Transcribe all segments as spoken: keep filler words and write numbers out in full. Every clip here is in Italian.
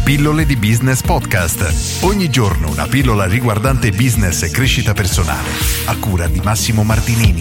Pillole di Business Podcast. Ogni giorno una pillola riguardante business e crescita personale. A cura di Massimo Martinini.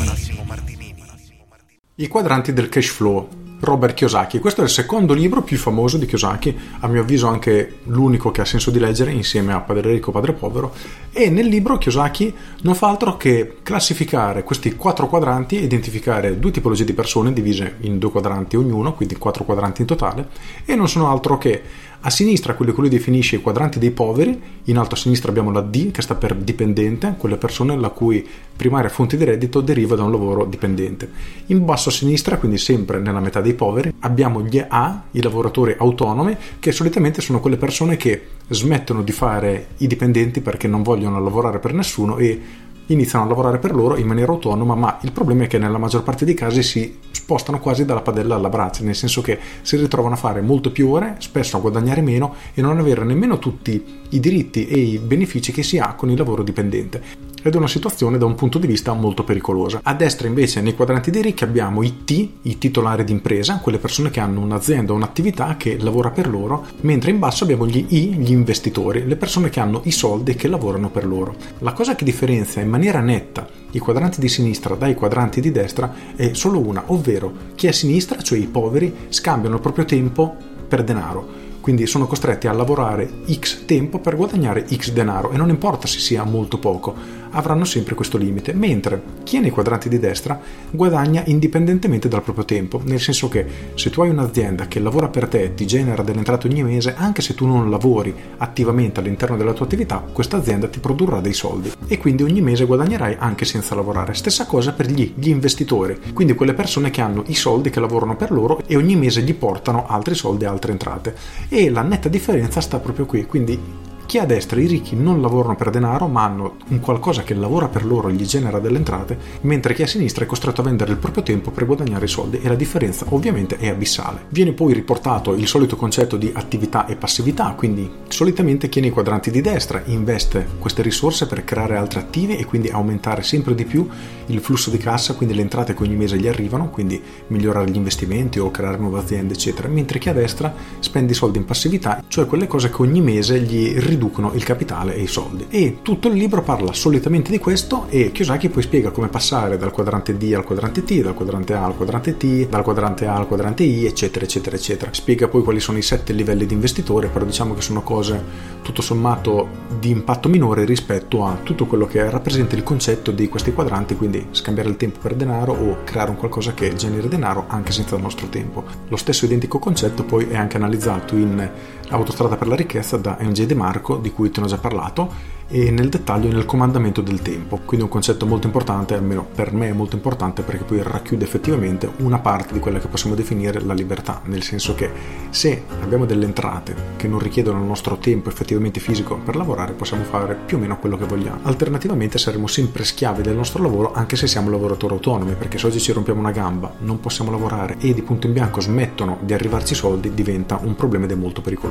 I quadranti del cash flow. Robert Kiyosaki. Questo è il secondo libro più famoso di Kiyosaki, a mio avviso anche l'unico che ha senso di leggere insieme a Padre Ricco, Padre Povero, e nel libro Kiyosaki non fa altro che classificare questi quattro quadranti e identificare due tipologie di persone divise in due quadranti ognuno, quindi quattro quadranti in totale, e non sono altro che a sinistra quello che lui definisce i quadranti dei poveri, in alto a sinistra abbiamo la D che sta per dipendente, quelle persone la cui primaria fonte di reddito deriva da un lavoro dipendente. In basso a sinistra, quindi sempre nella metà dei poveri, abbiamo gli A, i lavoratori autonomi, che solitamente sono quelle persone che smettono di fare i dipendenti perché non vogliono lavorare per nessuno e iniziano a lavorare per loro in maniera autonoma, ma il problema è che nella maggior parte dei casi si spostano quasi dalla padella alla braccia, nel senso che si ritrovano a fare molto più ore, spesso a guadagnare meno e non avere nemmeno tutti i diritti e i benefici che si ha con il lavoro dipendente. Ed è una situazione da un punto di vista molto pericolosa. A destra invece nei quadranti dei ricchi abbiamo i T, i titolari d'impresa, quelle persone che hanno un'azienda o un'attività che lavora per loro, mentre in basso abbiamo gli I, gli investitori, le persone che hanno i soldi e che lavorano per loro. La cosa che differenzia in maniera netta i quadranti di sinistra dai quadranti di destra è solo una, ovvero chi è a sinistra, cioè i poveri, scambiano il proprio tempo per denaro. Quindi sono costretti a lavorare X tempo per guadagnare X denaro e non importa se sia molto o poco, avranno sempre questo limite, mentre chi è nei quadranti di destra guadagna indipendentemente dal proprio tempo, nel senso che se tu hai un'azienda che lavora per te e ti genera delle entrate ogni mese, anche se tu non lavori attivamente all'interno della tua attività, questa azienda ti produrrà dei soldi e quindi ogni mese guadagnerai anche senza lavorare. Stessa cosa per gli, gli investitori, quindi quelle persone che hanno i soldi che lavorano per loro e ogni mese gli portano altri soldi e altre entrate. E la netta differenza sta proprio qui, quindi chi a destra, i ricchi, non lavorano per denaro ma hanno un qualcosa che lavora per loro e gli genera delle entrate, mentre chi a sinistra è costretto a vendere il proprio tempo per guadagnare i soldi e la differenza ovviamente è abissale. Viene poi riportato il solito concetto di attività e passività, quindi solitamente chi nei quadranti di destra investe queste risorse per creare altre attive e quindi aumentare sempre di più il flusso di cassa, quindi le entrate che ogni mese gli arrivano, quindi migliorare gli investimenti o creare nuove aziende eccetera, mentre chi a destra spende i soldi in passività, cioè quelle cose che ogni mese gli riducono il capitale e i soldi. E tutto il libro parla solitamente di questo e Kiyosaki poi spiega come passare dal quadrante D al quadrante T, dal quadrante A al quadrante T, dal quadrante A al quadrante I, eccetera eccetera eccetera. Spiega poi quali sono i sette livelli di investitore, però diciamo che sono cose tutto sommato di impatto minore rispetto a tutto quello che rappresenta il concetto di questi quadranti, quindi scambiare il tempo per denaro o creare un qualcosa che generi denaro anche senza il nostro tempo. Lo stesso identico concetto poi è anche analizzato in Autostrada per la ricchezza da M J DeMarco, di cui te ne ho già parlato, e nel dettaglio nel comandamento del tempo, quindi un concetto molto importante, almeno per me è molto importante perché poi racchiude effettivamente una parte di quella che possiamo definire la libertà, nel senso che se abbiamo delle entrate che non richiedono il nostro tempo effettivamente fisico per lavorare, possiamo fare più o meno quello che vogliamo. Alternativamente saremo sempre schiavi del nostro lavoro anche se siamo lavoratori autonomi, perché se oggi ci rompiamo una gamba, non possiamo lavorare e di punto in bianco smettono di arrivarci soldi, diventa un problema ed è molto pericoloso.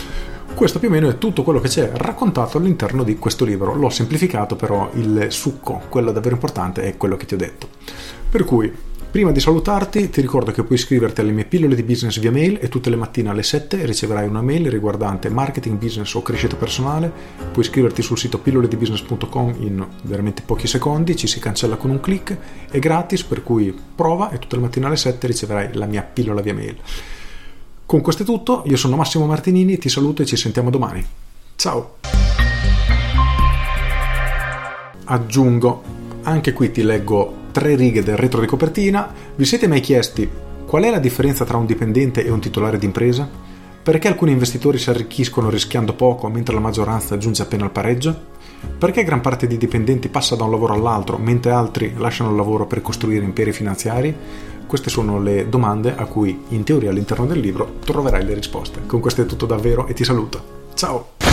Questo più o meno è tutto quello che c'è raccontato all'interno di questo libro. L'ho semplificato, però il succo, quello davvero importante, è quello che ti ho detto. Per cui, prima di salutarti, ti ricordo che puoi iscriverti alle mie pillole di business via mail e tutte le mattine alle sette riceverai una mail riguardante marketing, business o crescita personale. Puoi iscriverti sul sito pillole di business punto com in veramente pochi secondi, ci si cancella con un click, è gratis, per cui prova e tutte le mattine alle sette riceverai la mia pillola via mail. Con questo è tutto, io sono Massimo Martinini, ti saluto e ci sentiamo domani. Ciao! Aggiungo, anche qui ti leggo tre righe del retro di copertina. Vi siete mai chiesti qual è la differenza tra un dipendente e un titolare d'impresa? Perché alcuni investitori si arricchiscono rischiando poco mentre la maggioranza giunge appena al pareggio? Perché gran parte dei dipendenti passa da un lavoro all'altro mentre altri lasciano il lavoro per costruire imperi finanziari? Queste sono le domande a cui in teoria all'interno del libro troverai le risposte. Con questo è tutto davvero e ti saluto. Ciao!